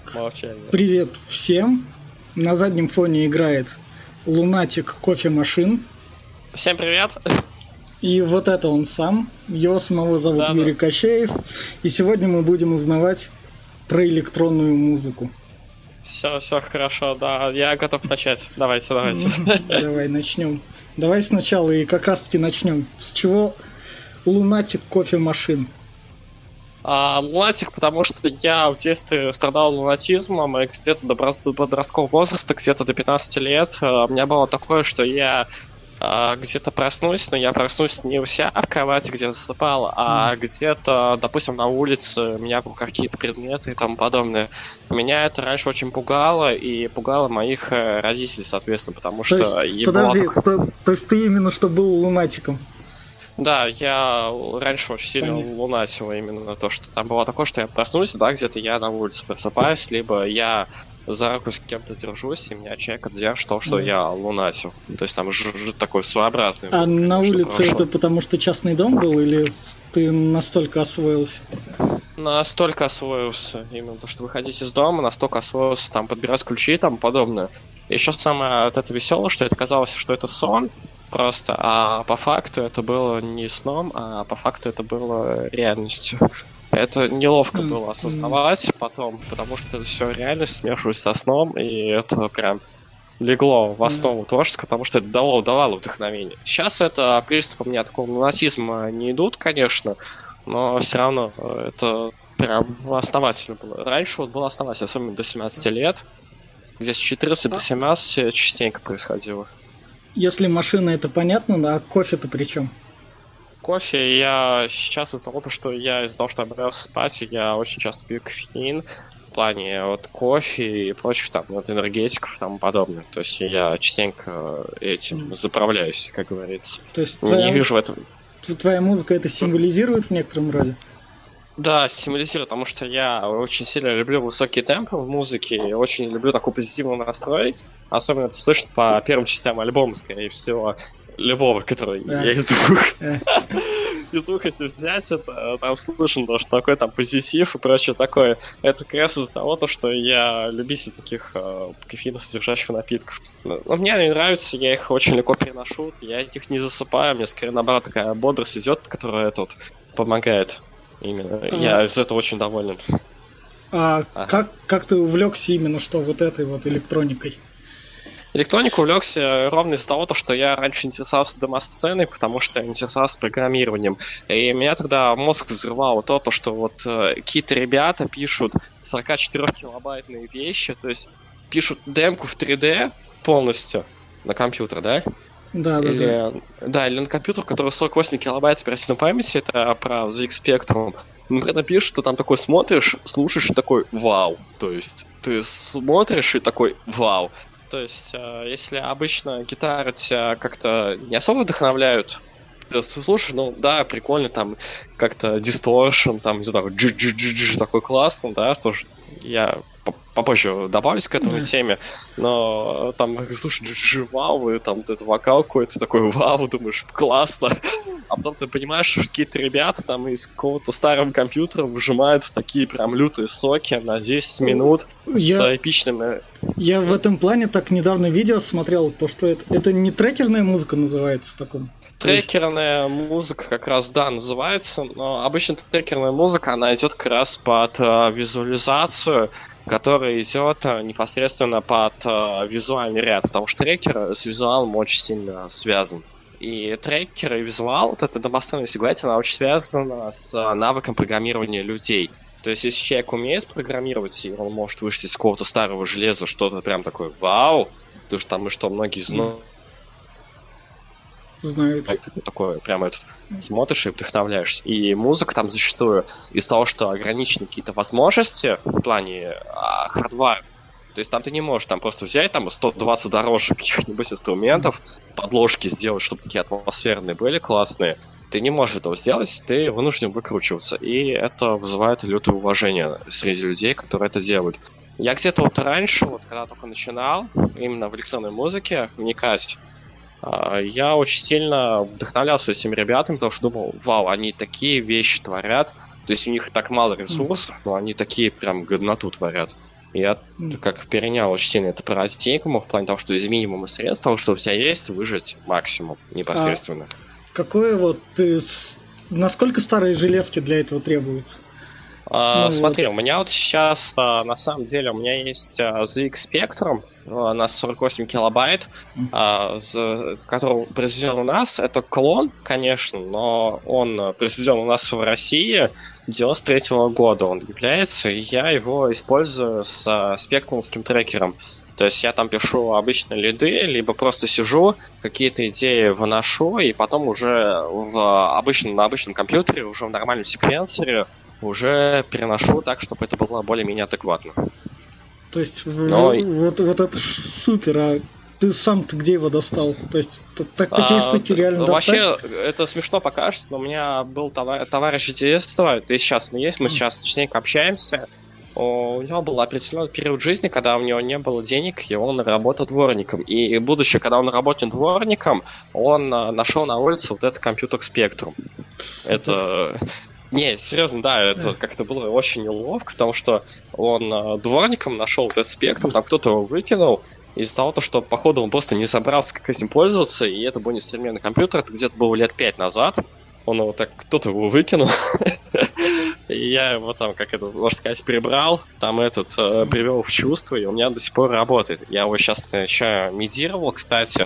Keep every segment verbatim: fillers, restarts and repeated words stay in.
Молчание. Привет всем. На заднем фоне играет Лунатик кофемашин. Всем привет. И вот это он сам. Его самого зовут да, Юрий да. Кощеев. И сегодня мы будем узнавать про электронную музыку. Все, все хорошо, да. Я готов начать. Давайте, давайте. Давай начнем. Давай сначала и как раз таки начнем. С чего Лунатик кофемашин? А, лунатик, потому что я в детстве страдал лунатизмом, и где-то до подросткового возраста, где-то до пятнадцати лет, у меня было такое, что я а, где-то проснусь, но я проснусь не у себя в кровати, где засыпал, а mm. где-то, допустим, на улице, у меня были какие-то предметы и тому подобное. Меня это раньше очень пугало, и пугало моих родителей, соответственно, потому то что... Есть, подожди, такое... то, то есть ты именно что был лунатиком? Да, я раньше очень сильно Понятно. лунатил именно на то, что там было такое, что я проснусь, да, где-то я на улице просыпаюсь, либо я за руку с кем-то держусь, и меня человек отдержит то, что да. я лунатил. То есть там ж- ж- такой своеобразный. А был, на улице прошло. Это потому что частный дом был, или ты настолько освоился? Настолько освоился. Именно то, что выходить из дома, настолько освоился, там, подбирать ключи и тому подобное. Еще самое вот это веселое, что это казалось, что это сон, просто, а по факту это было не сном, а по факту это было реальностью. Это неловко mm-hmm. было осознавать потом, потому что это все реальность смешивается со сном, и это прям легло в основу mm-hmm. творчества, потому что это давало, давало вдохновение. Сейчас это приступы у меня такого лунатизма не идут, конечно, но все равно это прям основательно было. Раньше вот было основательно, особенно до семнадцати лет, где с четырнадцати до семнадцати частенько происходило. Если машина, это понятно, а кофе-то при чем? Кофе я сейчас из-за того, что я из-за того, что я боялся спать, я очень часто пью кофеин в плане вот кофе и прочих там вот энергетиков и тому подобное. То есть я частенько этим заправляюсь, как говорится. То есть не, твоя, не вижу в этом. Твоя музыка это символизирует в некотором роде? Да, символизирует, потому что я очень сильно люблю высокие темпы в музыке, и очень люблю такой позитивный настрой. Особенно это слышно по первым частям альбома, скорее всего, любого, который yeah. я из двух. Yeah. из двух, если взять, это там слышно, то, что такой там позитив и прочее такое. Это как раз из-за того, что я любитель таких э, кофеиносодержащих напитков. Но, но мне они нравятся, я их очень легко переношу, я их не засыпаю, мне скорее наоборот такая бодрость идет, которая тут помогает. Именно. А. Я из этого очень доволен. А ага. как, как ты увлекся именно что вот этой вот электроникой? Электронику увлекся ровно из-за того, что я раньше интересовался демосценой, потому что я интересовался программированием. И меня тогда мозг взрывало то, то что вот э, какие-то ребята пишут сорокачетырёхкилобайтные вещи, то есть пишут демку в три дэ полностью на компьютер, да? Да, или, да, да. Да, или на компьютер, который сорок восемь килобайт оперативной памяти, это про зет икс Spectrum. Ну, когда пишешь, что там такой смотришь, слушаешь и такой вау. То есть ты смотришь и такой вау. То есть, э, если обычно гитары тебя как-то не особо вдохновляют, ты слушаешь, ну да, прикольно, там как-то дисторшн, там, не знаю, джи-джи-джи-джи, такой классный, да, тоже я попозже добавлюсь к этой yeah. теме, но там, слушай, джи-джи, вау, и там этот вокал какой-то такой, вау, думаешь, классно, а потом ты понимаешь, что какие-то ребята там из какого-то старого компьютера выжимают такие прям лютые соки на десять минут я, с эпичными... Я в этом плане так недавно видео смотрел, то что это, это не трекерная музыка называется таком. Трекерная музыка как раз, да, называется, но обычно трекерная музыка, она идет как раз под э, визуализацию, которая идет э, непосредственно под э, визуальный ряд, потому что трекер с визуалом очень сильно связан. И трекер и визуал, вот эта домостойная сигарета, она очень связана с э, навыком программирования людей. То есть, если человек умеет программировать, и он может вышить из какого-то старого железа что-то прям такое вау, потому что там и что многие знают, знают. Такое прямо этот смотришь и вдохновляешься. И музыка там зачастую из-за того, что ограничены какие-то возможности в плане а, хардвара. То есть там ты не можешь там просто взять там сто двадцать дорожек каких-нибудь инструментов, подложки сделать, чтобы такие атмосферные были классные. Ты не можешь этого сделать, ты вынужден выкручиваться. И это вызывает лютое уважение среди людей, которые это делают. Я где-то вот раньше, вот когда только начинал, именно в электронной музыке вникать, я очень сильно вдохновлялся этими ребятами, потому что думал, вау, они такие вещи творят. То есть у них так мало ресурсов, но они такие прям годноту творят. Я как перенял очень сильно это парадигму в плане того, что из минимума средств, того, что у тебя есть, выжить максимум непосредственно. А какое вот... Ты... Насколько старые железки для этого требуются? А, ну, смотри, вот. у меня вот сейчас, на самом деле, у меня есть зет икс Spectrum на сорок восемь килобайт, mm. который произведен у нас. Это клон, конечно, но он произведен у нас в России девяносто третьего года он является, и я его использую с спектрумским трекером. То есть я там пишу обычные лиды, либо просто сижу, какие-то идеи выношу, и потом уже в обычном, на обычном компьютере, уже в нормальном секвенсоре уже переношу так, чтобы это было более-менее адекватно. То есть Но... вот, вот это ж супер, а ты сам-то где его достал? То есть так, такие а, штуки реально вообще, достать? Вообще, это смешно пока что, но у меня был товар, товарищ детства, да и сейчас мы есть, мы сейчас точнее общаемся. У него был определенный период жизни, когда у него не было денег, и он работал дворником. И будучи, когда он работал дворником, он нашел на улице вот этот компьютер Spectrum. Это... Не, серьезно, да, это как-то было очень неловко, потому что он дворником нашел вот этот Spectrum, там кто-то его выкинул, из-за того, что, походу, он просто не собрался, как этим пользоваться, и это был не современный компьютер, это где-то было лет пять назад. Он его так, кто-то его выкинул. И я его там, как это, можно сказать, прибрал, там этот, э, привел в чувство, и у меня до сих пор работает. Я его сейчас еще мидировал, кстати.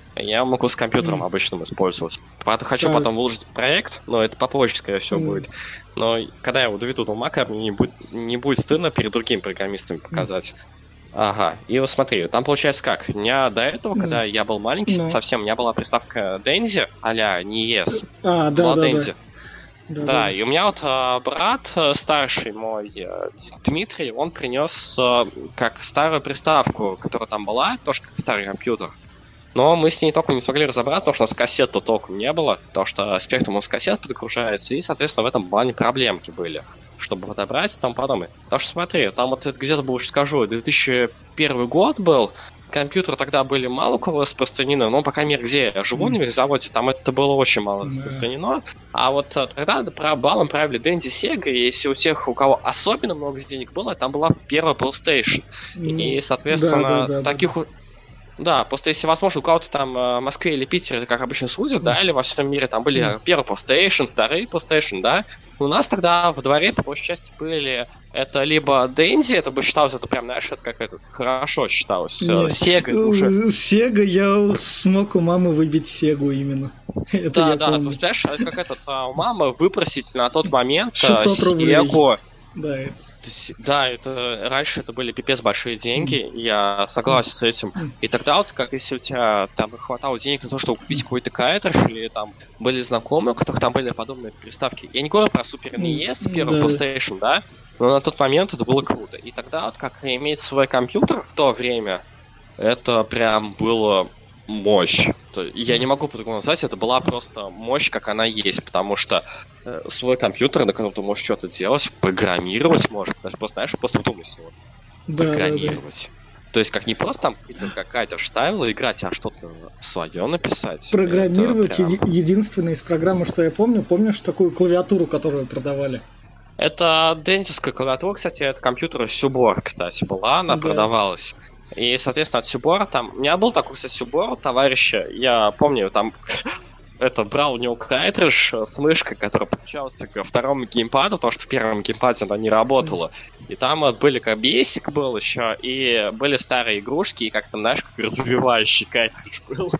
Я могу с компьютером обычным использовать. Хочу да. потом выложить проект, но это попозже, скорее всего, mm. будет. Но когда я его доведу до Mac, мне не будет, не будет стыдно перед другими программистами показать. Mm. Ага, и вот смотри, там получается как? У меня до этого, mm. когда я был маленький, mm. совсем, у меня была приставка Dendy, а-ля Nies. А, да, да, Dendy. да. Да, да, и у меня вот а, брат старший мой, Дмитрий, он принес а, как старую приставку, которая там была, тоже как старый компьютер. Но мы с ней только не смогли разобраться, потому что у нас кассет-то толком не было, потому что Spectrum он с кассет подгружается, и, соответственно, в этом плане проблемки были, чтобы подобрать и тому подобное. Так что смотри, там вот это где-то был, скажу, две тысячи первый год был, компьютеры тогда были мало у кого распространены, но, по крайней мере, где я живу, mm. на заводе, там это было очень мало распространено. Yeah. А вот тогда про баллом правили Dendy Sega, и если у тех, у кого особенно много денег было, там была первая PlayStation. Mm. И, соответственно, да, да, да, таких... Да. Да, просто если, возможно, у кого-то там в Москве или Питере, это как обычно судят, mm. да, или во всем мире там были mm. первый PlayStation, вторые PlayStation, да, у нас тогда во дворе, по большей части, были это либо Dendy, это бы считалось, это прям, знаешь, это как это, хорошо считалось, Sega уже. Sega, я смог у мамы выбить Сегу именно. Это да, да, помню. Ты знаешь, как этот, у мамы выпросить на тот момент Сегу. Да, да, это раньше это были пипец большие деньги, mm. я согласен с этим. И тогда вот, как если у тебя там хватало денег на то, чтобы купить какой-то картридж, или там были знакомые, у которых там были подобные приставки. Я не говорю про Super эн и эс, первый да. PlayStation, да, но на тот момент это было круто. И тогда вот как иметь свой компьютер в то время, это прям было мощь. Я не могу по-другому назвать, это была просто мощь, как она есть, потому что э, свой компьютер, на котором ты можешь что-то делать, программировать можешь, даже просто, знаешь, просто думать с него. Да, программировать. Да, да. То есть как не просто там какая-то штайла играть, а что-то свое написать. Программировать прям... еди- единственная из программ, что я помню, помнишь такую клавиатуру, которую продавали? Это дентистская клавиатура, кстати, это компьютер Сюбор, кстати, была, она да. продавалась. И, соответственно, от Сюбора там... У меня был такой, кстати, Сюбор товарища. Я помню, там... это брал у него картридж с мышкой, которая подключалась ко второму геймпаду, потому что в первом геймпаде она не работала. И там вот были как бейсик был еще, и были старые игрушки, и как-то, знаешь, как развивающий картридж был.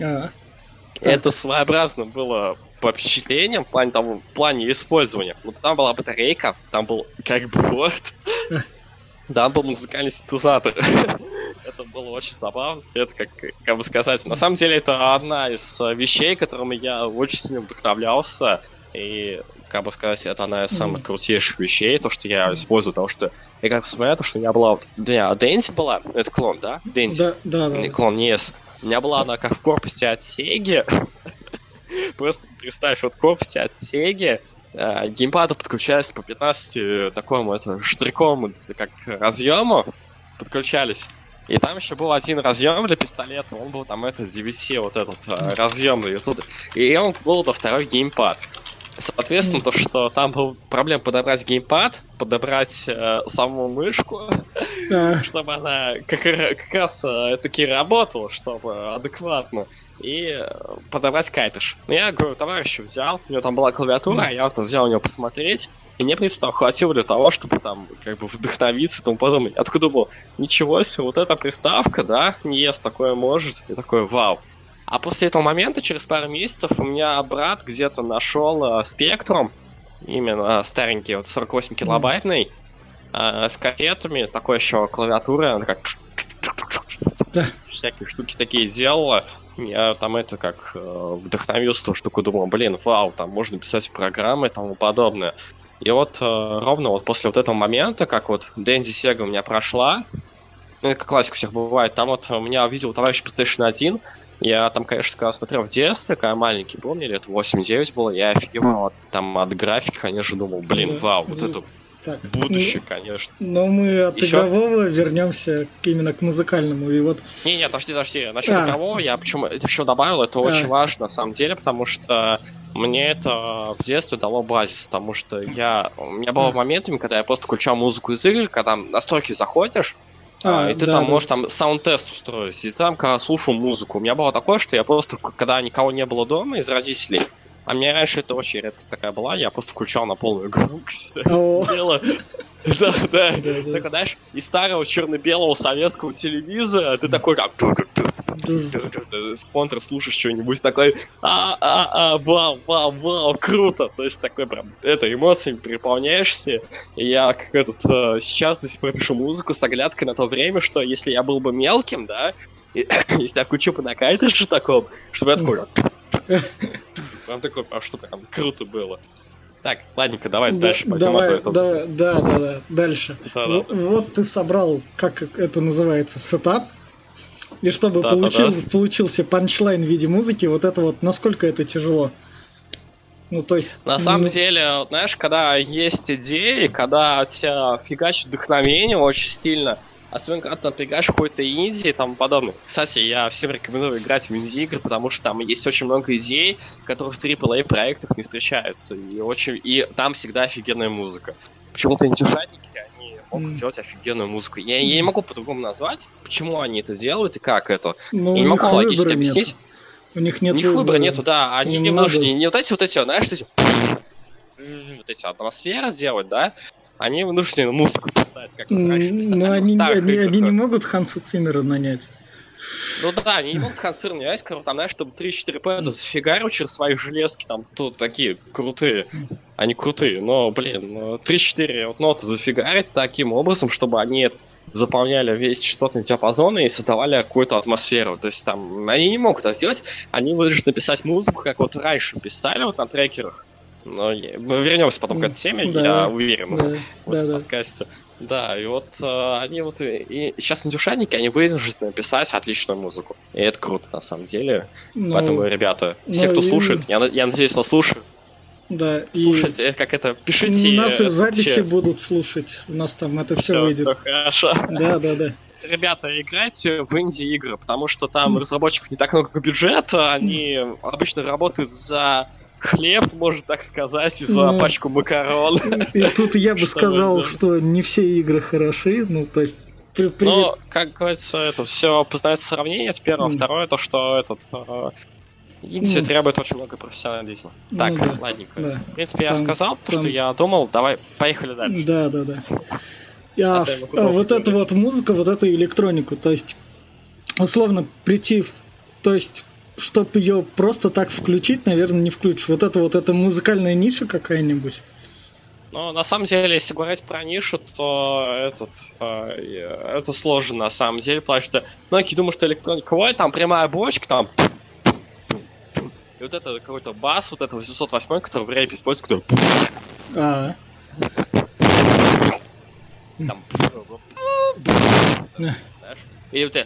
Это своеобразно было по впечатлениям в плане, того, в плане использования. Ну, там была батарейка, там был как бы борт. Да, был музыкальный синтезатор. Это было очень забавно. Это, как, как бы сказать, на самом деле, это одна из вещей, которыми я очень сильно вдохновлялся. И, как бы сказать, это одна из самых крутейших вещей, то, что я использую, потому что я как посмотрел, то, что у меня была... Да, Dendy была, это клон, да? Dendy. Да, да, да. Клон Nies. У меня была она как в корпусе от Sega. Просто представь, вот в корпусе от Sega геймпады подключались по пятнадцати такому это, штриховому как разъему, подключались. И там еще был один разъем для пистолета, он был там этот ди ви си, вот этот разъем, и, тут, и он был до второй геймпад. Соответственно, то, что там был проблема подобрать геймпад, подобрать э, саму мышку, чтобы она как раз таки работала, чтобы адекватно, и подобрать кайтыш. Я, говорю, товарища взял, у него там была клавиатура, я вот взял у него посмотреть, и мне, в принципе, там хватило для того, чтобы там как бы вдохновиться и тому подобное. Я такой думал, ничего себе, вот эта приставка, да, не ест такое может. И такой, вау. А после этого момента, через пару месяцев, у меня брат где-то нашел э, Spectrum, именно старенький, вот сорок восемь килобайтный, э, с кассетами, с такой еще клавиатурой, она как всякие штуки такие делала. Я там это как э, вдохновился ту штуку, думал, блин, вау, там можно писать программы и тому подобное. И вот э, ровно вот после вот этого момента, как вот Дэнди Сега у меня прошла, ну, это как классика у всех бывает, там вот у меня видел товарищ PlayStation один, я там, конечно, когда смотрел в детстве, когда маленький, помню, лет восемь-девять было, я офигевал от, там от графики, конечно, думал, блин, вау, вот это так, будущее, ну, конечно. Но мы от Еще... игрового вернемся именно к музыкальному, и вот... Не-не, подожди, подожди, насчет а. игрового я почему это еще добавил, это а. очень важно, на самом деле, потому что мне это в детстве дало базис, потому что я... У меня было а. моментами, когда я просто включал музыку из игр, когда настройки заходишь, А, и ты да, там да. можешь там саунд-тест устроить, и там, когда слушал музыку, у меня было такое, что я просто, когда никого не было дома из родителей, а мне раньше это очень редкость такая была, я просто включал на полную громкость дело. Да, да. Так, знаешь, из старого черно-белого советского телевизора ты такой как... С контр слушаешь что-нибудь такой, а-а-а, вау, вау, вау, круто. То есть такой прям, это, эмоциями переполняешься. И я как этот, сейчас до сих пор пишу музыку с оглядкой на то время, что если я был бы мелким, да, если я включу бы на кайтриджи таком, чтобы я такой... Прям такой, прям, что прям круто было. Так, ладненько, давай да, дальше пойдем. Давай, а да, да, да, да, дальше. Да, вот, да. вот ты собрал, как это называется, сетап, и чтобы да, получил, да, да. получился панчлайн в виде музыки, вот это вот, насколько это тяжело? Ну, то есть... На самом ну... деле, знаешь, когда есть идеи, когда тебя фигачит вдохновение очень сильно, особенно когда ты напрягаешь какой-то инди и тому подобное. Кстати, я всем рекомендую играть в инди-игры, потому что там есть очень много идей, которые в трипл эй проектах не встречаются. И, очень... и там всегда офигенная музыка. Почему-то индюшатники, они могут mm. делать офигенную музыку. Я, я не могу по-другому назвать, почему они это делают и как это. Но я не могу логично объяснить. У них нет У них выбора, выбора нету, да. Они не, не, не вот эти вот эти, знаешь, эти... вот эти атмосферы делать, да. Они вынуждены музыку писать, как раньше писали. Но они, они, они не могут Ханса Циммера нанять. Ну да, они не могут Ханса Циммера нанять, там, знаешь, чтобы три-четыре пэда зафигарил через свои железки, там, тут такие крутые. Они крутые, но, блин, три-четыре вот ноты зафигарить таким образом, чтобы они заполняли весь частотный диапазон и создавали какую-то атмосферу. То есть там, они не могут это сделать, они вынуждены писать музыку, как вот раньше писали вот на трекерах. Но мы вернемся потом к этой теме, да, я уверен, да, в да, этом подкасте. Да, и вот э, они вот и, и сейчас индюшатники, они вынуждены писать отличную музыку. И это круто, на самом деле. Но, Поэтому, ребята, все, кто и... слушает, я, я надеюсь, нас слушают. Да, слушайте, и... как это, пишите. У нас и в записи че... будут слушать. У нас там это все, все выйдет. Все хорошо. Да, да, да. Ребята, играйте в инди-игры, потому что там mm. разработчиков не так много бюджета, они mm. обычно работают за хлеб, можно так сказать, и за ну, пачку макарон. И тут я бы сказал, что не все игры хороши, ну, то есть... Ну, как говорится, это все познается сравнение, первое, mm. второе, то, что этот... Инди mm. требует очень много профессионализма. Ну, так, да, ладненько. Да. В принципе, там, я сказал то, там... что я думал, давай, поехали дальше. Да, да, да. А, а вот эта вот музыка, вот эту электронику, то есть, условно, прийти, то есть, чтобы ее просто так включить, наверное, не включишь. Вот это вот, это музыкальная ниша какая-нибудь? Ну, на самом деле, если говорить про нишу, то этот, э, это сложно, на самом деле, потому что многие думают, что электроника, ой, там прямая бочка, там... И вот это какой-то бас, вот это восемьсот восемь, который в рэпе используется, который... А. Там... И вот это...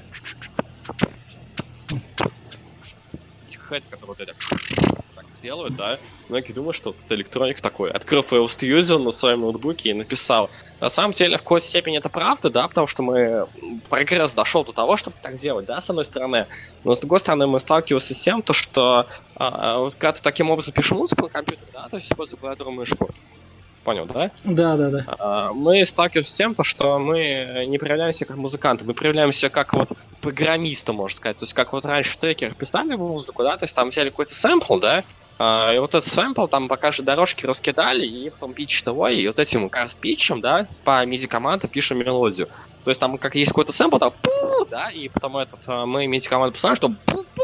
Хэт, который вот это... так делают, да? Многие думают, что вот это электроник такой. Открыл Fail Studio на своем ноутбуке и написал. На самом деле, в какой-то степени это правда, да, потому что мы... Прогресс дошел до того, чтобы так делать, да, с одной стороны. Но с другой стороны, мы сталкиваемся с тем, то, что а, вот когда ты таким образом пишешь музыку на компьютере, да, то есть используя клавиатуру и мышку, Понял, да? Да, да, да. Мы сталкиваемся с тем, что мы не проявляемся как музыканты, мы проявляемся как вот программисты, можно сказать. То есть как вот раньше в трекерах писали музыку, да, то есть там взяли какой-то сэмпл, да, и вот этот сэмпл там по каждой дорожке раскидали, и потом питч того, и вот этим как раз питчем, да, по миди-команду пишем мелодию. То есть там как есть какой-то сэмпл, там, да, и потом этот, мы миди-команду писали, что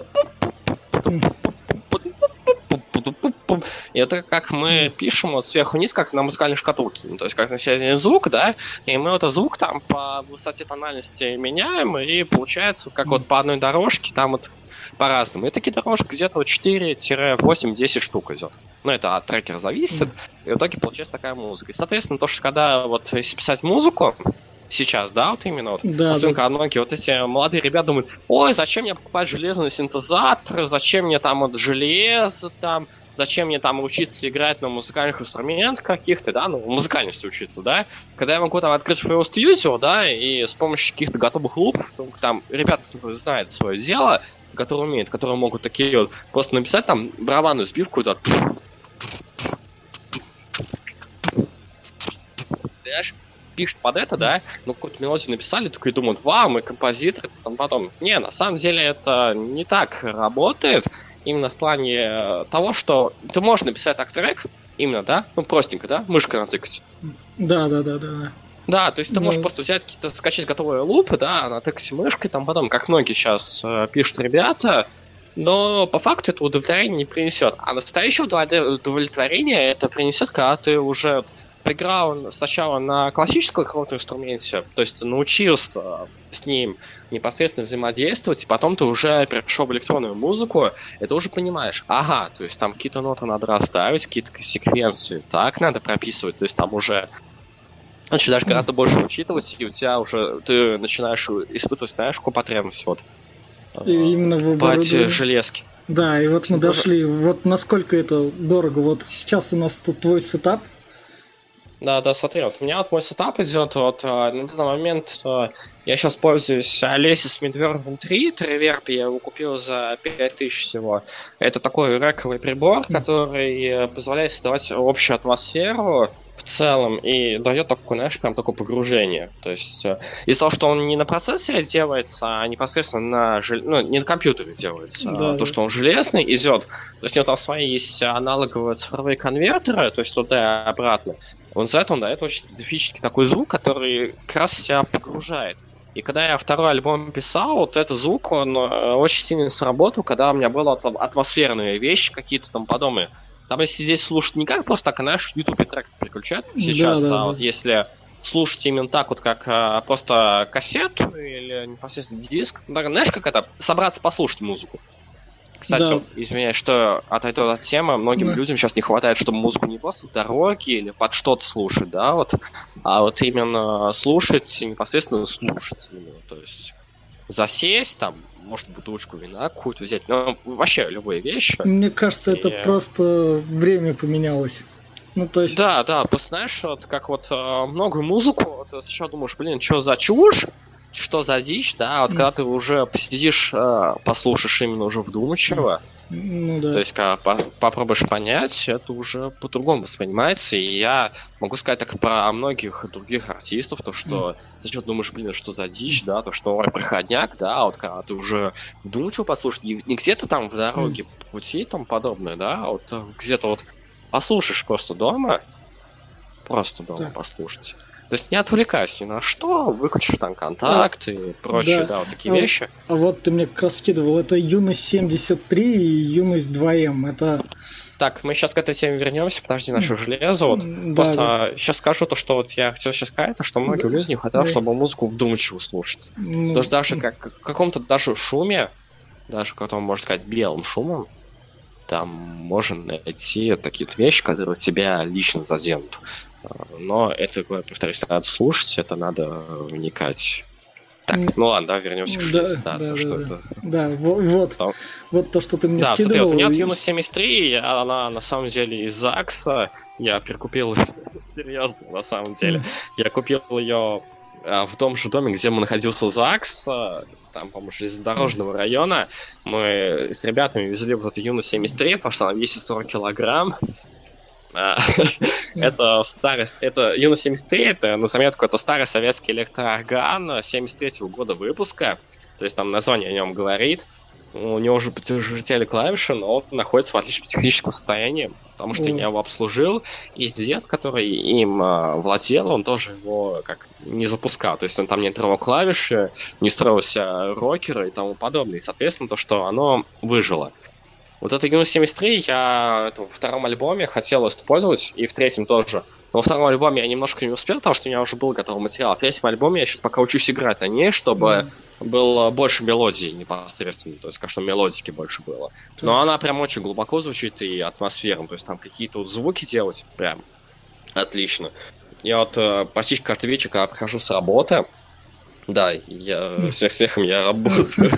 и это как мы пишем вот сверху вниз, как на музыкальной шкатулке. Ну, то есть как на середине звук, да, и мы этот звук там по высоте тональности меняем, и получается как вот по одной дорожке, там вот по-разному. И такие дорожки где-то вот четыре-восемь-десять штук идет. Ну, это от трекера зависит, и в итоге получается такая музыка. И, соответственно, то, что когда вот если писать музыку, сейчас, да, вот именно вот, да, особенно да. многие вот эти молодые ребята думают, ой, зачем мне покупать железный синтезатор, зачем мне там вот железо там, зачем мне там учиться играть на музыкальных инструментах каких-то, да, ну, музыкальности учиться, да, когда я могу там открыть F L Studio, да, и с помощью каких-то готовых лупов, там, ребята, которые знают свое дело, которые умеют, которые могут такие вот просто написать там барабанную сбивку, да, пишут под это, да, ну, какую-то мелодию написали, такой думают, вау, мы композиторы, там потом. Не, на самом деле это не так работает, именно в плане того, что ты можешь написать так трек, именно, да, ну, простенько, да, мышкой натыкать. Да, да, да, да. Да, то есть ты ну... можешь просто взять какие-то, скачать готовые лупы, да, натыкать мышкой, там потом, как многие сейчас э, пишут ребята, но по факту это удовлетворение не принесет. А настоящее удовлетворение это принесет, когда ты уже поиграл сначала на классическом каком-то инструменте, то есть научился с ним непосредственно взаимодействовать, и потом ты уже перешел в электронную музыку, и ты уже понимаешь, ага, то есть там какие-то ноты надо расставить, какие-то секвенции так надо прописывать, то есть там уже начинаешь гораздо больше учитывать, и у тебя уже ты начинаешь испытывать, знаешь, какую потребность вот именно в оборудовании. железки. Да, и вот мы дошли, вот насколько это дорого. Вот сейчас у нас тут твой сетап. Да, да, смотри, вот у меня вот мой сетап идет, вот на данный момент я сейчас пользуюсь Alesis Midverb три, Reverb, я его купил за пять тысяч всего. Это такой рековый прибор, который позволяет создавать общую атмосферу в целом и дает такое, знаешь, прям такое погружение. То есть из-за того, что он не на процессоре делается, а непосредственно на жел... ну, не на компьютере делается, да, а то, что он железный идет. То есть у него там свои есть аналоговые цифровые конвертеры, то есть туда и обратно. Он за это он дает очень специфический такой звук, который как раз тебя погружает. И когда я второй альбом писал, вот этот звук, он очень сильно сработал, когда у меня были атмосферные вещи какие-то там подобные. Там если здесь слушать не как просто так, знаешь, в YouTube трек переключают, как сейчас, да, да, а вот да. Если слушать именно так вот, как а, просто кассету или непосредственно диск, ну, знаешь, как это, собраться послушать музыку. Кстати, да. Извиняюсь, что отойду от темы, многим да. людям сейчас не хватает, чтобы музыку не просто в дороге или под что-то слушать, да, вот, а вот именно слушать, непосредственно слушать, именно, то есть засесть, там, может, бутылочку вина какую-то взять, ну, вообще любые вещи. Мне кажется, и... это просто время поменялось. Ну, то есть... Да, да, просто знаешь, вот как вот многую музыку, ты сначала думаешь, блин, что за чушь, что за дичь, да, вот mm. когда ты уже посидишь, послушаешь именно уже вдумчиво, ну, да. То есть, когда по- попробуешь понять, это уже по-другому воспринимается, и я могу сказать так про многих других артистов, то, что mm. ты что думаешь, блин, что за дичь, да, то, что ой, проходняк, да, вот когда ты уже вдумчиво послушаешь, не, не где-то там в дороге, mm. по пути и тому подобное, да, а вот где-то вот послушаешь просто дома, просто дома yeah. послушать. То есть не отвлекайся ни на что, выключишь там контакты и прочие, да, да вот такие а, вещи. А вот ты мне как раз скидывал, это Юность семьдесят три и Юность два эм, это... Так, мы сейчас к этой теме вернемся, подожди, наше железо, вот, да, просто да. сейчас скажу то, что вот я хотел сейчас сказать, то, что многим да. людям не хватало, да. чтобы музыку вдумчиво слушать. Ну, Потому что даже как, в каком-то даже шуме, даже каком-то, можно сказать, белым шумом, там можно найти такие вещи, которые тебя лично заденут. Но это, повторюсь, надо слушать, это надо вникать. Так, ну ладно, да, вернемся к железу. Да, да, то, да, что да. это... Да, вот, то... вот то, что ты мне да, скидывал. Да, смотри, вот у меня и... Юность семьдесят три, она на самом деле из ЗАГСа. Я перекупил ее, серьезно, на самом деле. Я купил ее в том же доме, где мы находился ЗАГС, там, по-моему, железнодорожного района. Мы с ребятами везли вот эту Юность семьдесят три, потому что она весит сорок килограмм. Это старый, это Юно семьдесят три, это на заметку, это старый советский электроорган семьдесят третьего года выпуска. То есть там название о нем говорит. У него уже потяжелели клавиши, но он находится в отличном техническом состоянии, потому что я его обслужил, и дед, который им э, владел, он тоже его как не запускал, то есть он там не трогал клавиши, не строился рокеры и тому подобное, и, соответственно, то, что оно выжило. Вот это Юно семьдесят три я это, во втором альбоме хотел использовать, и в третьем тоже. Но во втором альбоме я немножко не успел, потому что у меня уже был готовый материал. В третьем альбоме я сейчас пока учусь играть на ней, чтобы mm. было больше мелодий непосредственно, то есть, конечно, мелодики больше было. Mm. Но она прям очень глубоко звучит и атмосферно, то есть там какие-то вот звуки делать прям отлично. Я вот почти каждый вечер, когда прихожу с работы, да, я с смехом я работаю.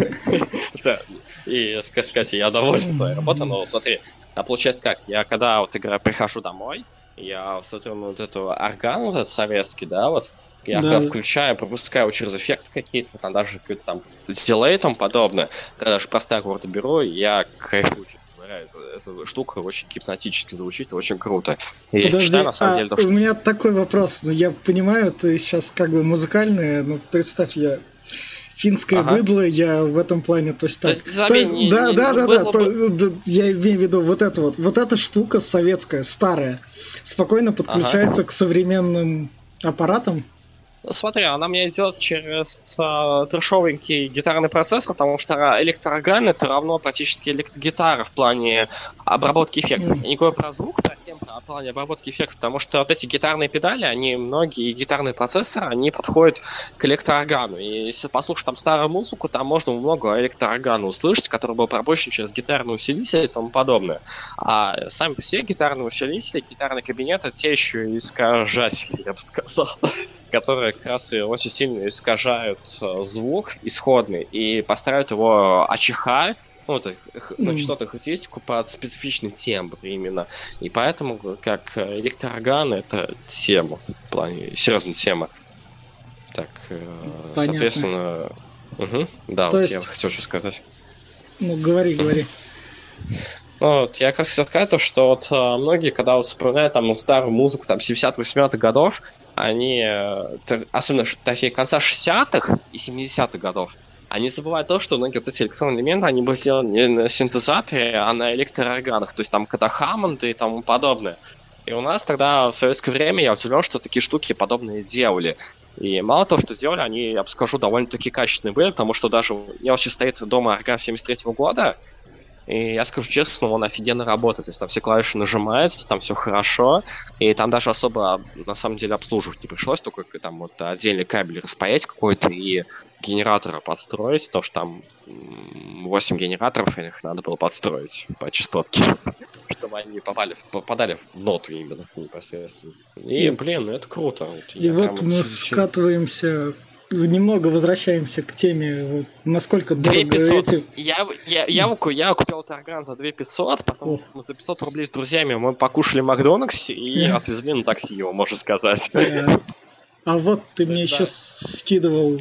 И, сказать, я доволен своей работой, но смотри, а получается как, я когда вот играю, прихожу домой, я смотрю на вот эту орган, вот этот советский, да, вот, я да. когда включаю, пропускаю через эффекты какие-то, там даже какой-то там дилей и тому подобное, когда же простые аккорды беру, я кайфую. Эта штука очень гипнотически звучит, очень круто. И Подожди, я считаю, на самом а деле, то, что... у меня такой вопрос, ну, я понимаю, ты сейчас как бы музыкальный, ну, представь, я финское ага. быдло, я в этом плане, то есть так. Да, то есть, не, да, не, да, не, да, да, то, я имею в виду вот это вот, вот эта штука советская, старая, спокойно подключается ага. к современным аппаратам. Смотри, она мне идет через э, трэшовенький гитарный процессор, потому что электроорган это равно практически электрогитара в плане обработки эффектов. Mm. Я не говорю про звук, а тем про плане обработки эффектов, потому что вот эти гитарные педали, они многие гитарные процессоры, они подходят к электрооргану. И если послушать там старую музыку, там можно много электрооргана услышать, который был пропущен через гитарный усилитель и тому подобное. А сами по себе гитарные усилители, гитарный кабинет, это те еще искажатели, я бы сказал, которые как раз и очень сильно искажают звук исходный и поставляют его АЧХ, ну, это, ну, mm. частотную характеристику под специфичный тембр именно. И поэтому, как электроорган, это тема, в плане, серьезная тема. Так, Понятно. соответственно... Угу, да, То вот есть... я хотел что сказать. Ну, говори, говори. Ну, вот я как раз хотел сказать, что вот многие, когда вот вспоминают там старую музыку там семидесятых-восьмидесятых годов, они, особенно точнее, конца шестидесятых и семидесятых годов, они забывают то, что многие вот эти электронные элементы, они были сделаны не на синтезаторе, а на электроорганах, то есть там когда Хаммонд и тому подобное. И у нас тогда в советское время я удивлен, что такие штуки подобные делали. И мало того, что сделали, они, я бы скажу, довольно-таки качественные были, потому что даже у меня вообще стоит дома орган семьдесят третьего года, и я скажу честно, он офигенно работает. То есть там все клавиши нажимаются, там все хорошо. И там даже особо, на самом деле, обслуживать не пришлось. Только там вот отдельный кабель распаять какой-то и генератора подстроить. То, что там восемь генераторов, их надо было подстроить по частотке. Чтобы они попали, попадали в ноту именно непосредственно. И, блин, ну это круто. Вот и вот мы очень... скатываемся... Немного возвращаемся к теме, вот, насколько дорого эти... Я, я, я, я купил этот орган за две тысячи пятьсот, потом Ох. за пятьсот рублей с друзьями мы покушали в Макдональдсе и yeah. отвезли на такси его, можно сказать. Yeah. А вот ты То мне есть, еще да. скидывал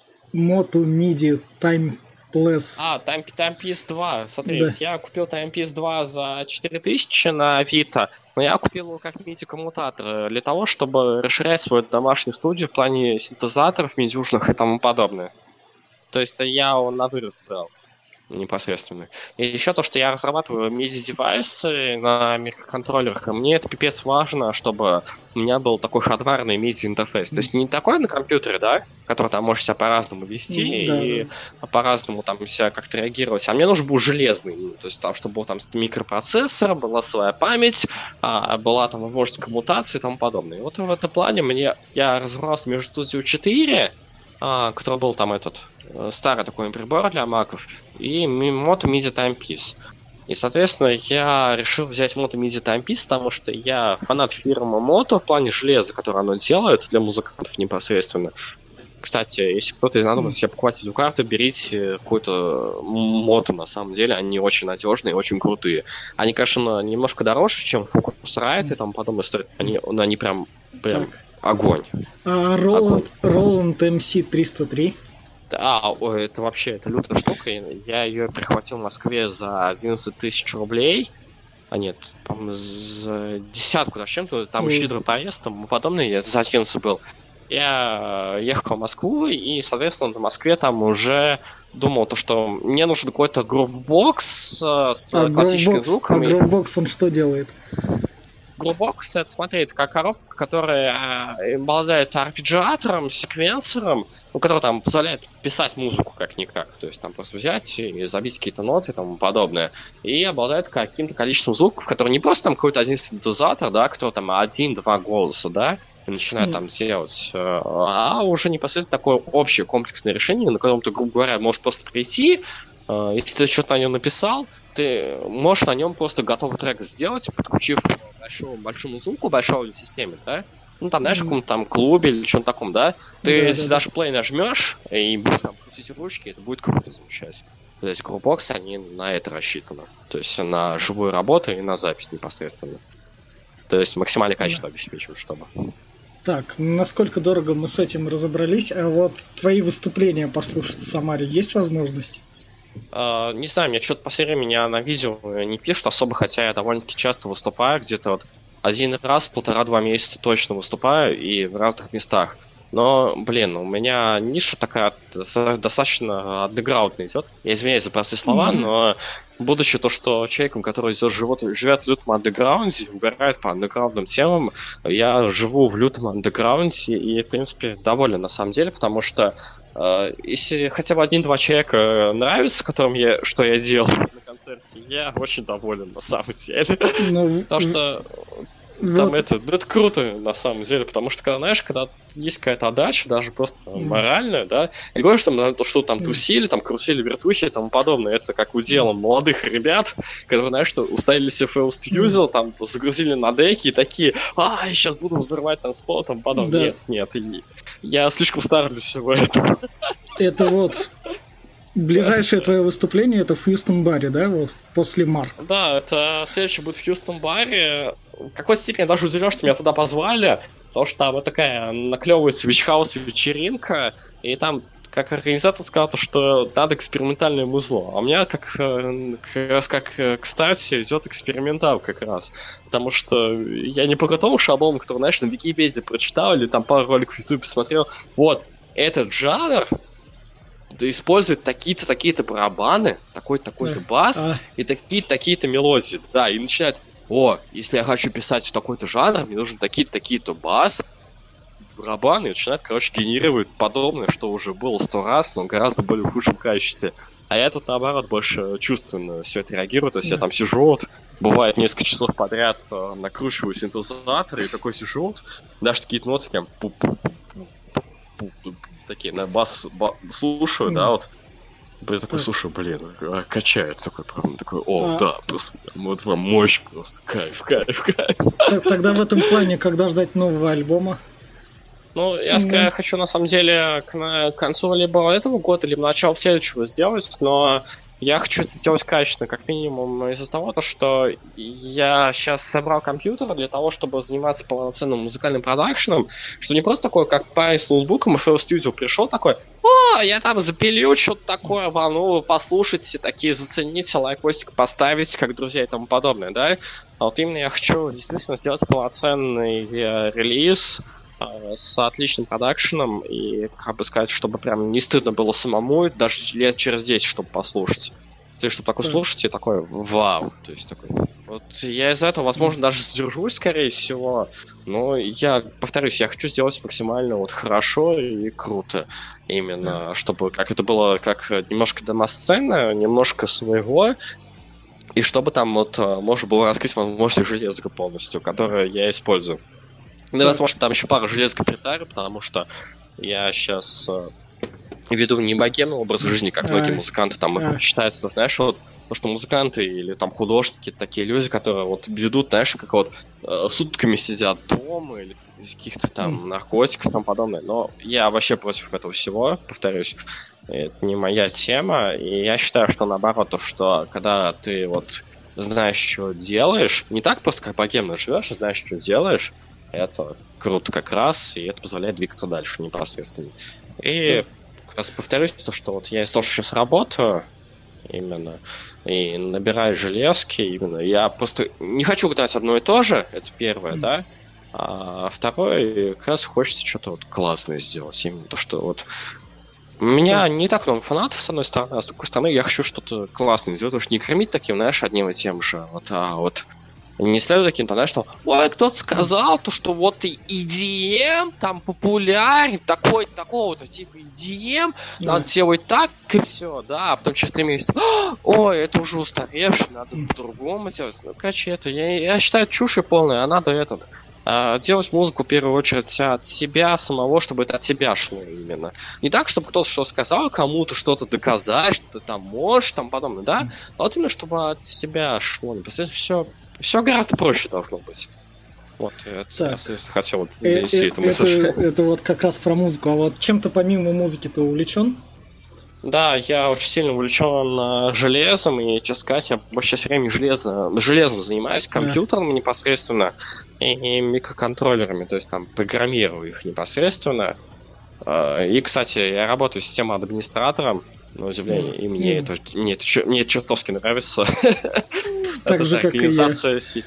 Moto миди Timeless. А, Time, Timepiece два. Смотри, да. я купил Timepiece два за четыре тысячи на Авито. Но я купил его как миди-коммутатор для того, чтобы расширять свою домашнюю студию в плане синтезаторов, медюшных и тому подобное. То есть я его на вырост брал непосредственно. И еще то, что я разрабатываю миди-девайсы на микроконтроллерах, мне это пипец важно, чтобы у меня был такой хардварный миди-интерфейс. То есть не такой на компьютере, да, который там можешь себя по-разному вести mm, и да. по-разному там себя как-то реагировать. А мне нужен был железный, то есть там, чтобы был там микропроцессор, была своя память, а, была там возможность коммутации и тому подобное. И вот в этом плане мне я разобрался между Studio четыре, а, который был там этот старый такой прибор для маков, и Moto миди Timepiece. И, соответственно, я решил взять Moto миди Timepiece, потому что я фанат фирмы Moto в плане железа, которое оно делает для музыкантов непосредственно. Кстати, если кто-то из надумает себе покупать видеокарту, берите какую-то Moto, на самом деле, они очень надежные и очень крутые. Они, конечно, немножко дороже, чем Focusrite и тому подобное стоят. Они, они прям, прям огонь. А Roland, Roland эм си триста три? А, ой, это вообще, это лютая штука. Я ее прихватил в Москве за одиннадцать тысяч рублей. а нет, по-моему, за десятку даже чем-то, там еще щедрый проезд, тому подобное, я за одиннадцать был. Я ехал в Москву, и, соответственно, на Москве там уже думал, то, что мне нужен какой-то грувбокс э, с а классическим грувбокс, звуком. А грувбокс он что делает? Грувбокс, это, смотри, это как коробка, которая э, обладает арпеджиатором, секвенсором, ну, который там позволяет писать музыку как-никак. То есть там просто взять и забить какие-то ноты и тому подобное. И обладает каким-то количеством звуков, которые не просто там какой-то один синтезатор, да, который там один-два голоса, да, и начинает mm. там делать, а уже непосредственно такое общее комплексное решение, на котором ты, грубо говоря, можешь просто прийти, если ты что-то на нем написал, ты можешь на нем просто готовый трек сделать, подключив большому, большому звуку, большой системе, да? Ну, там, знаешь, в каком-то там клубе или что-то таком, да? Ты, да, если да, даже плей нажмешь и будешь там крутить ручки, это будет круто звучать. То есть грувбоксы, они на это рассчитаны. То есть на живую работу и на запись непосредственно. То есть максимальное качество да. обеспечивают, чтобы... Так, насколько дорого мы с этим разобрались, а вот твои выступления послушать в Самаре есть возможность? Uh, не знаю, мне что-то в последнее время меня на видео не пишут особо, хотя я довольно-таки часто выступаю, где-то вот один раз в полтора-два месяца точно выступаю и в разных местах. Но, блин, у меня ниша такая достаточно андеграундная идет. Я извиняюсь за простые слова, mm-hmm. но будучи то, что человеком, который идет, живет, живет в лютом андеграунде, угорает по андеграундным темам, я живу в лютом андеграунде и, в принципе, доволен на самом деле, потому что э, если хотя бы один-два человека нравится, которым я, что я делал на концерте, я очень доволен на самом деле. No. Потому что там вот. это, ну, это круто, на самом деле, потому что, когда, знаешь, когда есть какая-то отдача, даже просто mm. моральная, да, и говоришь, там, то, что там тусили, там, карусели, вертухи и тому подобное, это как удел молодых ребят, которые, знаешь, что уставили себе Fails to Use, там, загрузили на деки и такие, а, я сейчас буду взрывать танцпол, там, подобное. Да. Нет, нет, и я слишком стар для всего этого. Это вот... Ближайшее твое выступление это в Хьюстон-баре, да, вот, после Марк? Да, это следующее будет в Хьюстон-баре. В какой степени я даже удивлен, что меня туда позвали, потому что там вот такая наклевывается вич-хаус вечеринка, и там, как организатор сказал, что надо экспериментальное музло. А у меня как, как раз как кстати идет экспериментал как раз. Потому что я не по готовому шаблону, который, знаешь, на Википедии прочитал, или там пару роликов в Ютубе посмотрел. Вот, этот жанр использует такие-то, такие-то барабаны, такой-то, такой-то бас а. и такие-то, такие-то мелодии, да, и начинает, о, если я хочу писать такой-то жанр, мне нужен такие-то, такие-то бас, барабаны, и начинает, короче, генерировать подобное, что уже было сто раз, но гораздо более в худшем качестве. А я тут, наоборот, больше чувственно все это реагирую, то есть да. я там сижу, вот, бывает несколько часов подряд э, накручиваю синтезатор, и такой сижу, вот, даже такие ноты прям такие на бас, бас слушаю, mm. да, вот. Я такой, слушаю, блин, качает такой, прям такой, о, а. да, просто, вот прям мощь просто, кайф, кайф, кайф. Тогда в этом плане, когда ждать нового альбома? Ну, я mm-hmm. хочу, на самом деле, к, к концу либо этого года, либо начало следующего сделать, но я хочу это сделать качественно, как минимум, из-за того, что я сейчас собрал компьютер для того, чтобы заниматься полноценным музыкальным продакшеном, что не просто такое, как парень с ноутбуком, и эф эл Studio пришел такой, о, я там запилю что-то такое, волну, послушайте, такие зацените, лайкостик поставить, как друзья и тому подобное, да? А вот именно я хочу действительно сделать полноценный релиз, с отличным продакшеном и, как бы сказать, чтобы прям не стыдно было самому, даже лет через десять, чтобы послушать. То есть, чтобы такой слушать и такой вау. То есть, такой... Вот я из-за этого, возможно, даже сдержусь, скорее всего, но я, повторюсь, я хочу сделать максимально вот хорошо и круто. Именно, yeah. чтобы как это было, как немножко демо-сцена, немножко своего, и чтобы там вот можно было раскрыть возможности железка полностью, которое я использую. Ну и, возможно, там еще пара железных комментариев, потому что я сейчас э, веду не богемный образ жизни, как многие музыканты там это считают, что, знаешь, вот, то, что музыканты или там художники, такие люди, которые вот ведут, знаешь, как вот э, сутками сидят дома или из каких-то там наркотиков и тому подобное. Но я вообще против этого всего, повторюсь, это не моя тема, и я считаю, что наоборот, то, что когда ты вот знаешь, что делаешь, не так просто как богемно живешь, а знаешь, что делаешь, это круто как раз, и это позволяет двигаться дальше непосредственно. И как раз повторюсь, то, что вот я из-за того, что сейчас работаю, именно. И набираешь железки именно. Я просто не хочу гнать одно и то же, это первое, mm. да. А второе, как раз хочется что-то вот классное сделать. Именно то, что вот у меня не так много фанатов, с одной стороны, а с другой стороны, я хочу что-то классное сделать, потому что не кормить таким, знаешь, одним и тем же. Вот, а вот не следует таким-то, знаешь, что ой, кто-то сказал, то, что вот и и ди эм там популярен, такой, такого-то типа и ди эм, да. Надо делать так, и все, да, а потом через три месяца, ой, это уже устаревший, надо mm. по-другому делать. Ну, короче, это, я, я считаю, чушь полная, а надо этот, а, делать музыку в первую очередь от себя самого, чтобы это от себя шло именно. Не так, чтобы кто-то что сказал, кому-то что-то доказать, что ты там можешь, там подобное, да, mm. а вот именно, чтобы от себя шло. Непосредственно все Все гораздо проще должно быть. Вот, это, я, если хотел вот, донести эту мысль. Это, это вот как раз про музыку. А вот чем-то помимо музыки ты увлечен? Да, я очень сильно увлечен железом, и, честно сказать, я большую часть времени железо, железом занимаюсь, компьютером да. непосредственно, и, и микроконтроллерами, то есть там программирую их непосредственно. И, кстати, я работаю системным администратором, на удивление, mm. и мне, mm. это, мне, это, мне это чертовски нравится. Так это же, как организация сети.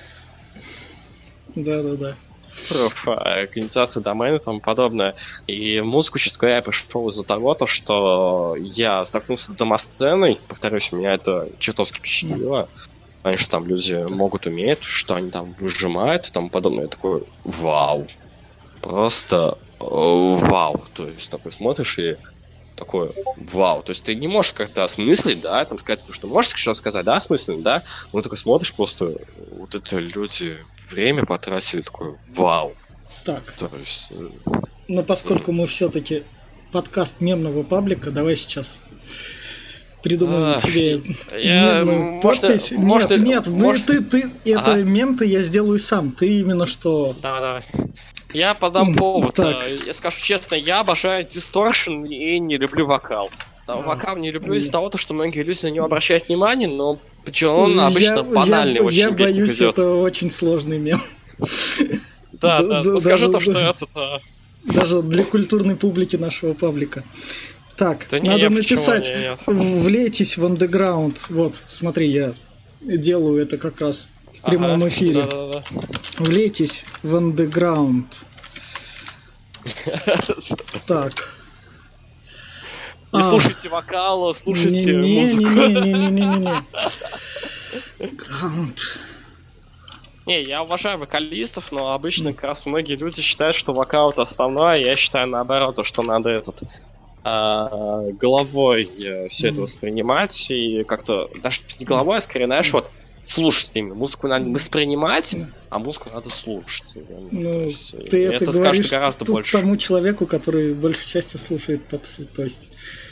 Да-да-да. Организация домена и тому подобное. И музыку, честно говоря, я пришел из-за того, то, что я столкнулся с домосценой, повторюсь, меня это чертовски впечатлило. Они что там люди могут уметь, что они там выжимают и тому подобное. Я такой, вау. Просто вау. То есть такой смотришь и такое, вау, то есть ты не можешь как-то осмыслить, да, там сказать, что можешь что-то сказать, да, осмыслить, да, но такой смотришь, просто вот это люди время потратили, такой, вау. Так, то есть, но поскольку мы все-таки подкаст мемного паблика, давай сейчас придумаем а, тебе я, мемную подпись. Нет, может, нет, может... мы, ты, ты, это ага. мем-то я сделаю сам, ты именно что... Да, да. Я подам повод. Так. Я скажу честно, я обожаю дисторшн и не люблю вокал. Там, а, вокал не люблю из-за того, что многие люди на него обращают внимание, но почему он обычно я, банальный, я, очень я боюсь, идет. Это очень сложный мем. Да, да, да скажи то, что этот... Даже для культурной публики нашего паблика. Так, да надо не, написать, не, влейтесь в андеграунд. Вот, смотри, я делаю это как раз в прямом ага, эфире. Да, да, да. Влейтесь в андеграунд. Так. Не а. слушайте вокал, слушайте не, не, музыку. Не-не-не-не-не-не. Граунд. Не, я уважаю вокалистов, но обычно как раз многие люди считают, что вокал это основное, я считаю наоборот, что надо этот а, головой все это воспринимать и как-то, даже не головой, а скорее, знаешь, вот слушать именно. Музыку надо воспринимать, а музыку надо слушать. Ну, то есть, ты это, это говоришь скажет гораздо тут больше. Тому человеку, который большей частью слушает попсу, то есть...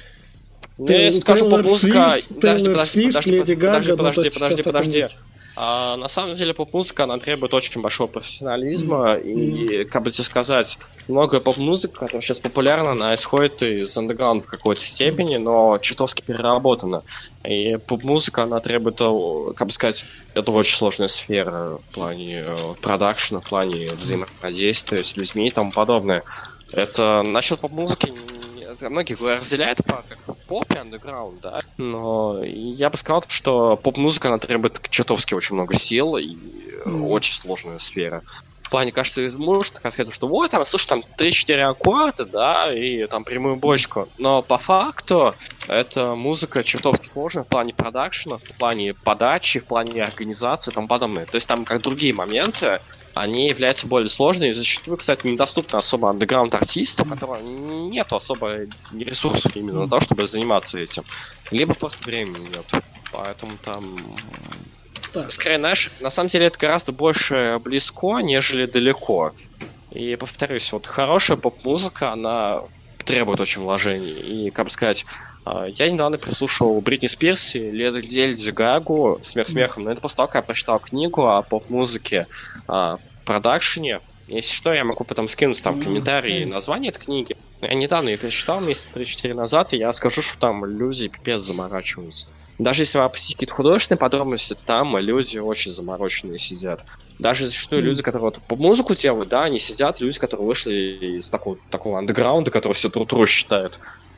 Ну, я скажу поп-музыка... Подожди, подожди, подожди, подожди, подожди, подожди, подожди. А, на самом деле поп-музыка, она требует очень большого профессионализма, mm-hmm. и, как бы тебе сказать, многое поп-музыка, которая сейчас популярна, она исходит из андеграунда в какой-то степени, но чертовски переработана. И поп-музыка, она требует, как бы сказать, это очень сложная сфера в плане продакшена, в плане взаимодействия с людьми и тому подобное. Это насчет поп-музыки многие разделяют по как поп и андеграунд, да, но я бы сказал, что поп-музыка, она требует чертовски очень много сил и mm. очень сложная сфера. В плане, кажется, ты можешь сказать, что вот, там, слушай, там три-четыре аккорда, да, и там прямую бочку, но по факту эта музыка чертовски сложная в плане продакшена, в плане подачи, в плане организации и тому подобное. То есть там, как другие моменты, они являются более сложными, и зачастую, кстати, недоступны особо андеграунд-артисту, у которого нет особо ресурсов именно на то, чтобы заниматься этим. Либо просто времени нет. Поэтому там... Так. Скорее, знаешь, на самом деле это гораздо больше близко, нежели далеко. И повторюсь, вот хорошая поп-музыка, она требует очень вложений. И, как бы сказать, я недавно прислушивал Бритни Спирс и Леди Гагу «Смех смехом», но это после того, как я прочитал книгу о поп-музыке, о продакшене. Если что, я могу потом скинуть там комментарии и название этой книги. Я недавно ее перечитал, месяца три-четыре назад, и я скажу, что там люди пипец заморачиваются. Даже если вы опустите какие-то художественные подробности, там люди очень замороченные сидят. Даже зачастую mm. люди, которые вот по музыку делают, да, они сидят, люди, которые вышли из такого, такого андеграунда, который все тру-тру считают.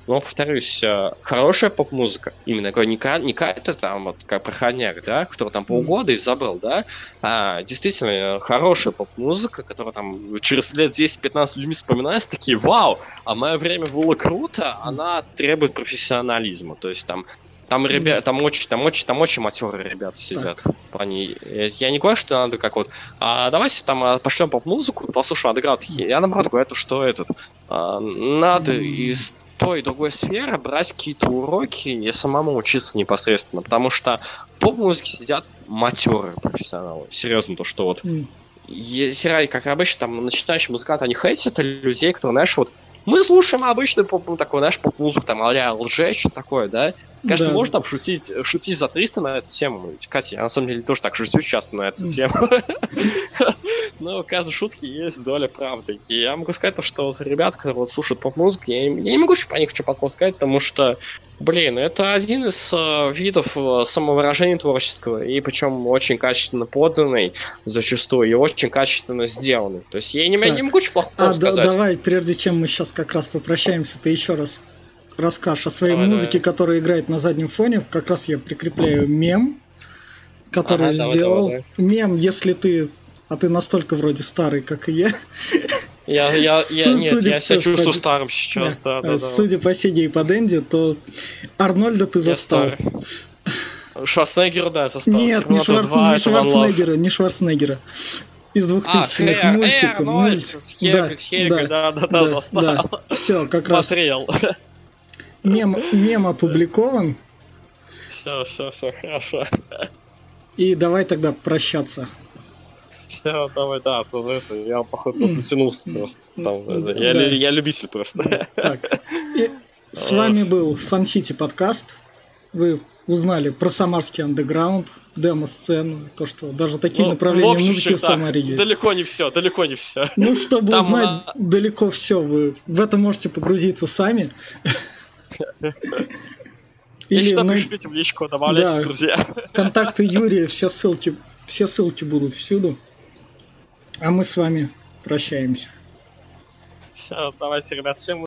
Но, повторюсь, хорошая поп-музыка, именно не, не какая-то там вот как проходняк, да, который там полгода и забыл, да, а действительно хорошая поп-музыка, которая там через лет десять-пятнадцать людьми вспоминается, такие, вау, а в мое время было круто, она требует профессионализма, то есть там Там ребят, там очень, там очень, там очень матерые ребята сидят. Они, я не говорю, что надо как вот, а давайте там пошлем поп-музыку, послушаем андеграунд. Я наоборот говорю, что этот, а, надо из той и другой сферы брать какие-то уроки и самому учиться непосредственно, потому что в поп-музыке сидят матерые профессионалы. Серьезно, то, что вот, если, как обычно, там начинающие музыканты, они хейтят людей, которые, знаешь, вот, мы слушаем обычную поп, ну, такую, знаешь, поп-музыку, там, а-ля лже, что такое, да? Конечно, да. Можно там шутить, шутить за триста на эту тему. Катя, я на самом деле тоже так шучу часто на эту тему. Но в каждой шутке есть доля правды. И я могу сказать то, что вот ребята, которые вот слушают поп-музыку, я, я не могу по них что потом сказать, потому что, блин, это один из э, видов э, самовыражения творческого, и причем очень качественно поданный зачастую, и очень качественно сделанный. То есть я не, я не могу что плохого а, сказать. Да, давай, прежде чем мы сейчас как раз попрощаемся, ты еще раз расскажешь о своей давай, музыке, давай. Которая играет на заднем фоне. Как раз я прикрепляю мем, который ага, сделал. Давай, давай, давай. Мем, если ты... А ты настолько вроде старый, как и я. Я, я, я, нет, судя я себя чувствую по... старым сейчас, да, да, да. Судя да. по Сиге и по Дэнди, то Арнольда ты застал. Шварценеггера, да, застал. Нет, не, Шварц... два, не Шварценеггера, не Шварценеггера. Из двухтысячных а, мультиков. Мульт. С Хельгой, да, да, да, застал. Да. Все, как Смотрел. раз. Мем, мем опубликован. Все, все, все, хорошо. И давай тогда прощаться. Все, давай, да, то это, я, походу, затянулся просто. Там, это, я, да. я любитель просто. Так. И с вами был Фан-Сити подкаст. Вы узнали про самарский андеграунд, демо-сцену, то, что даже такие ну, направления в музыки в Самаре есть. Далеко не все, далеко не все. Ну, чтобы Там, узнать а... далеко все, вы в это можете погрузиться сами. Я считаю, пишите в личку, добавляйтесь, друзья. Контакты Юрия, все ссылки, все ссылки будут всюду. А мы с вами прощаемся. Все, давайте, ребят, всем